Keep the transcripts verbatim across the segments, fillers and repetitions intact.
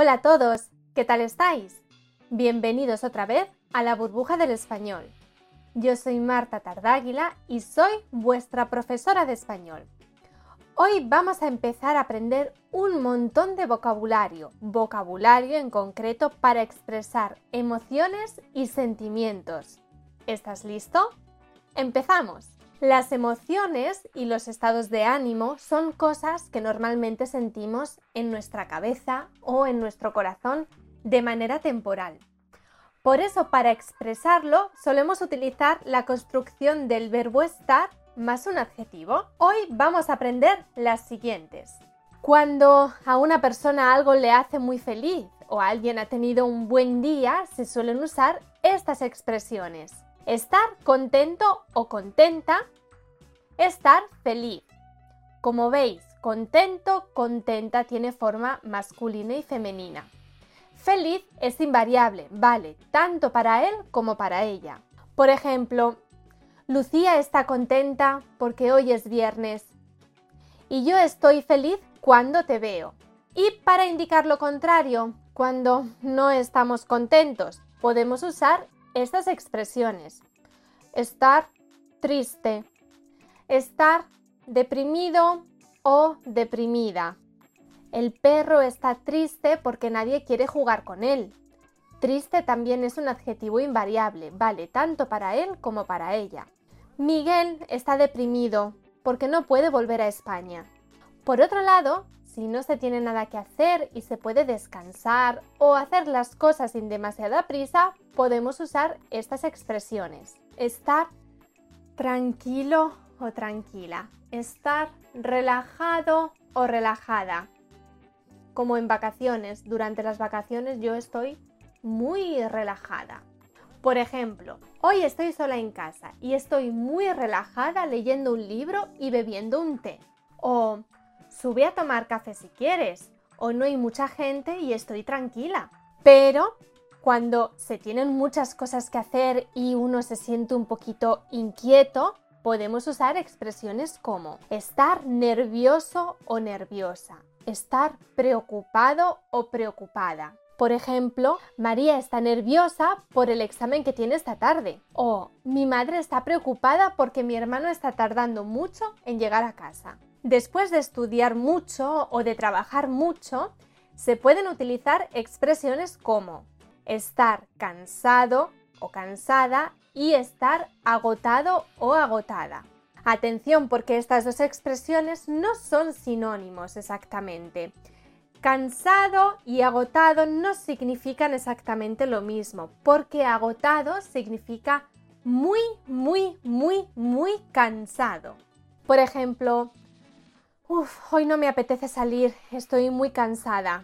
Hola a todos, ¿qué tal estáis? Bienvenidos otra vez a la burbuja del español. Yo soy Marta Tardáguila y soy vuestra profesora de español. Hoy vamos a empezar a aprender un montón de vocabulario, vocabulario en concreto para expresar emociones y sentimientos. ¿Estás listo? ¡Empezamos! Las emociones y los estados de ánimo son cosas que normalmente sentimos en nuestra cabeza o en nuestro corazón de manera temporal. Por eso, para expresarlo, solemos utilizar la construcción del verbo estar más un adjetivo. Hoy vamos a aprender las siguientes. Cuando a una persona algo le hace muy feliz o alguien ha tenido un buen día, se suelen usar estas expresiones. Estar contento o contenta, estar feliz. Como veis, contento, contenta tiene forma masculina y femenina. Feliz es invariable, vale tanto para él como para ella. Por ejemplo, Lucía está contenta porque hoy es viernes y yo estoy feliz cuando te veo. Y para indicar lo contrario, cuando no estamos contentos, podemos usar estas expresiones. Estar triste, estar deprimido o deprimida. El perro está triste porque nadie quiere jugar con él. Triste también es un adjetivo invariable, vale tanto para él como para ella. Miguel está deprimido porque no puede volver a España. Por otro lado, si no se tiene nada que hacer y se puede descansar o hacer las cosas sin demasiada prisa, podemos usar estas expresiones. Estar tranquilo o tranquila. Estar relajado o relajada. Como en vacaciones, durante las vacaciones yo estoy muy relajada. Por ejemplo, hoy estoy sola en casa y estoy muy relajada leyendo un libro y bebiendo un té. O sube a tomar café si quieres. O no hay mucha gente y estoy tranquila. Pero cuando se tienen muchas cosas que hacer y uno se siente un poquito inquieto, podemos usar expresiones como estar nervioso o nerviosa, estar preocupado o preocupada. Por ejemplo, María está nerviosa por el examen que tiene esta tarde. O mi madre está preocupada porque mi hermano está tardando mucho en llegar a casa. Después de estudiar mucho o de trabajar mucho, se pueden utilizar expresiones como estar cansado o cansada y estar agotado o agotada. Atención, porque estas dos expresiones no son sinónimos exactamente. Cansado y agotado no significan exactamente lo mismo, porque agotado significa muy, muy, muy, muy cansado. Por ejemplo, uff, hoy no me apetece salir, estoy muy cansada.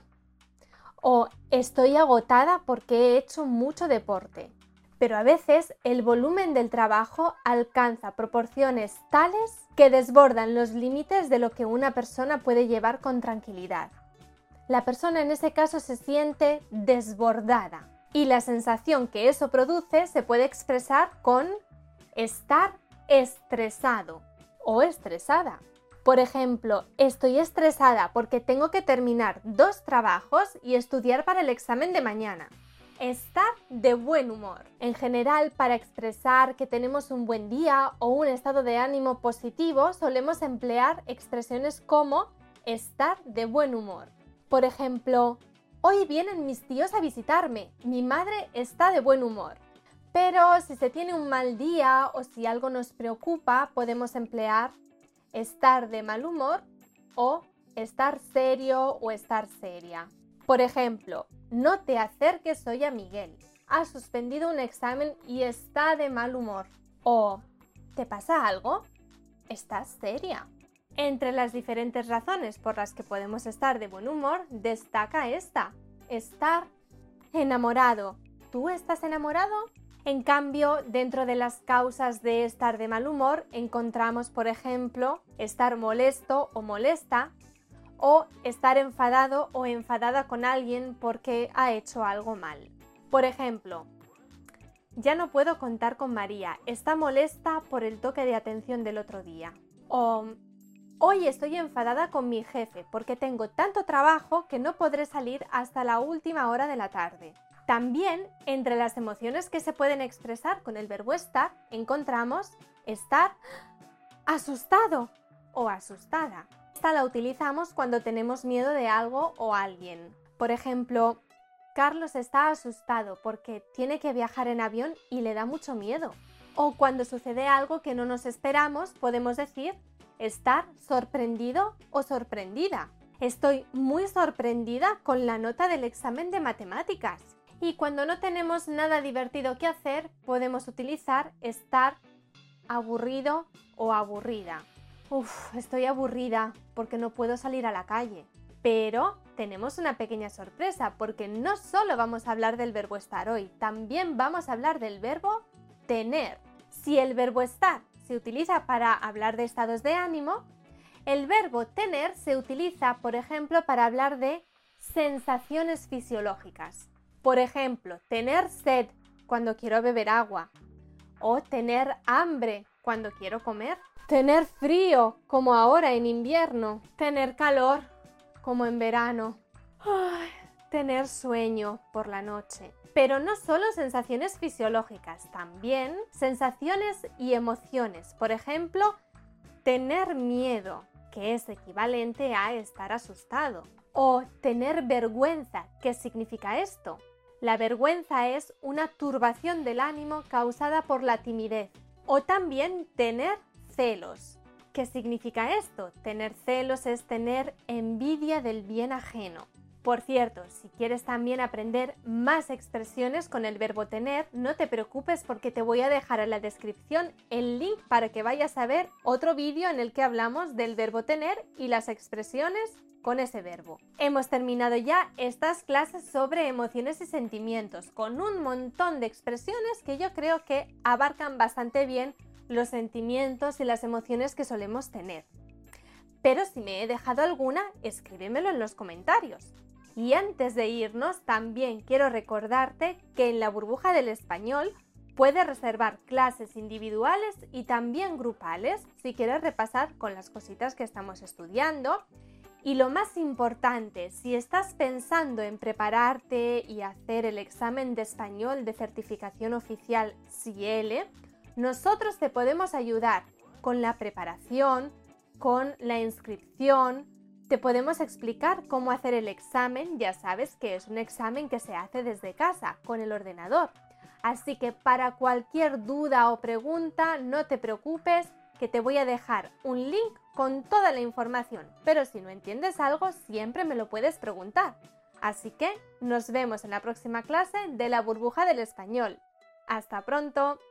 O estoy agotada porque he hecho mucho deporte. Pero a veces el volumen del trabajo alcanza proporciones tales que desbordan los límites de lo que una persona puede llevar con tranquilidad. La persona en ese caso se siente desbordada y la sensación que eso produce se puede expresar con estar estresado o estresada. Por ejemplo, estoy estresada porque tengo que terminar dos trabajos y estudiar para el examen de mañana. Estar de buen humor. En general, para expresar que tenemos un buen día o un estado de ánimo positivo, solemos emplear expresiones como estar de buen humor. Por ejemplo, hoy vienen mis tíos a visitarme, mi madre está de buen humor. Pero si se tiene un mal día o si algo nos preocupa, podemos emplear estar de mal humor o estar serio o estar seria. Por ejemplo, no te acerques hoy a Miguel. Ha suspendido un examen y está de mal humor. O, ¿te pasa algo? ¿Estás seria? Entre las diferentes razones por las que podemos estar de buen humor, destaca esta: estar enamorado. ¿Tú estás enamorado? En cambio, dentro de las causas de estar de mal humor, encontramos, por ejemplo, estar molesto o molesta, o estar enfadado o enfadada con alguien porque ha hecho algo mal. Por ejemplo, ya no puedo contar con María, está molesta por el toque de atención del otro día. O Hoy estoy enfadada con mi jefe porque tengo tanto trabajo que no podré salir hasta la última hora de la tarde. También, entre las emociones que se pueden expresar con el verbo estar, encontramos estar asustado o asustada. Esta la utilizamos cuando tenemos miedo de algo o alguien. Por ejemplo, Carlos está asustado porque tiene que viajar en avión y le da mucho miedo. O cuando sucede algo que no nos esperamos, podemos decir estar sorprendido o sorprendida. Estoy muy sorprendida con la nota del examen de matemáticas. Y cuando no tenemos nada divertido que hacer, podemos utilizar estar aburrido o aburrida. Uf, estoy aburrida porque no puedo salir a la calle. Pero tenemos una pequeña sorpresa porque no solo vamos a hablar del verbo estar hoy, también vamos a hablar del verbo tener. Si el verbo estar se utiliza para hablar de estados de ánimo, el verbo tener se utiliza, por ejemplo, para hablar de sensaciones fisiológicas. Por ejemplo, tener sed cuando quiero beber agua o tener hambre cuando quiero comer. Tener frío, como ahora en invierno. Tener calor, como en verano. Ay, tener sueño por la noche. Pero no solo sensaciones fisiológicas, también sensaciones y emociones. Por ejemplo, tener miedo, que es equivalente a estar asustado. O tener vergüenza. ¿Qué significa esto? La vergüenza es una turbación del ánimo causada por la timidez. O también tener celos. ¿Qué significa esto? Tener celos es tener envidia del bien ajeno. Por cierto, si quieres también aprender más expresiones con el verbo tener, no te preocupes porque te voy a dejar en la descripción el link para que vayas a ver otro vídeo en el que hablamos del verbo tener y las expresiones con ese verbo. Hemos terminado ya estas clases sobre emociones y sentimientos con un montón de expresiones que yo creo que abarcan bastante bien los sentimientos y las emociones que solemos tener. Pero si me he dejado alguna, escríbemelo en los comentarios. Y antes de irnos, también quiero recordarte que en la burbuja del español puedes reservar clases individuales y también grupales si quieres repasar con las cositas que estamos estudiando. Y lo más importante, si estás pensando en prepararte y hacer el examen de español de certificación oficial S I E L E, nosotros te podemos ayudar con la preparación, con la inscripción. Te podemos explicar cómo hacer el examen, ya sabes que es un examen que se hace desde casa, con el ordenador. Así que para cualquier duda o pregunta, no te preocupes, que te voy a dejar un link con toda la información. Pero si no entiendes algo, siempre me lo puedes preguntar. Así que nos vemos en la próxima clase de la burbuja del español. ¡Hasta pronto!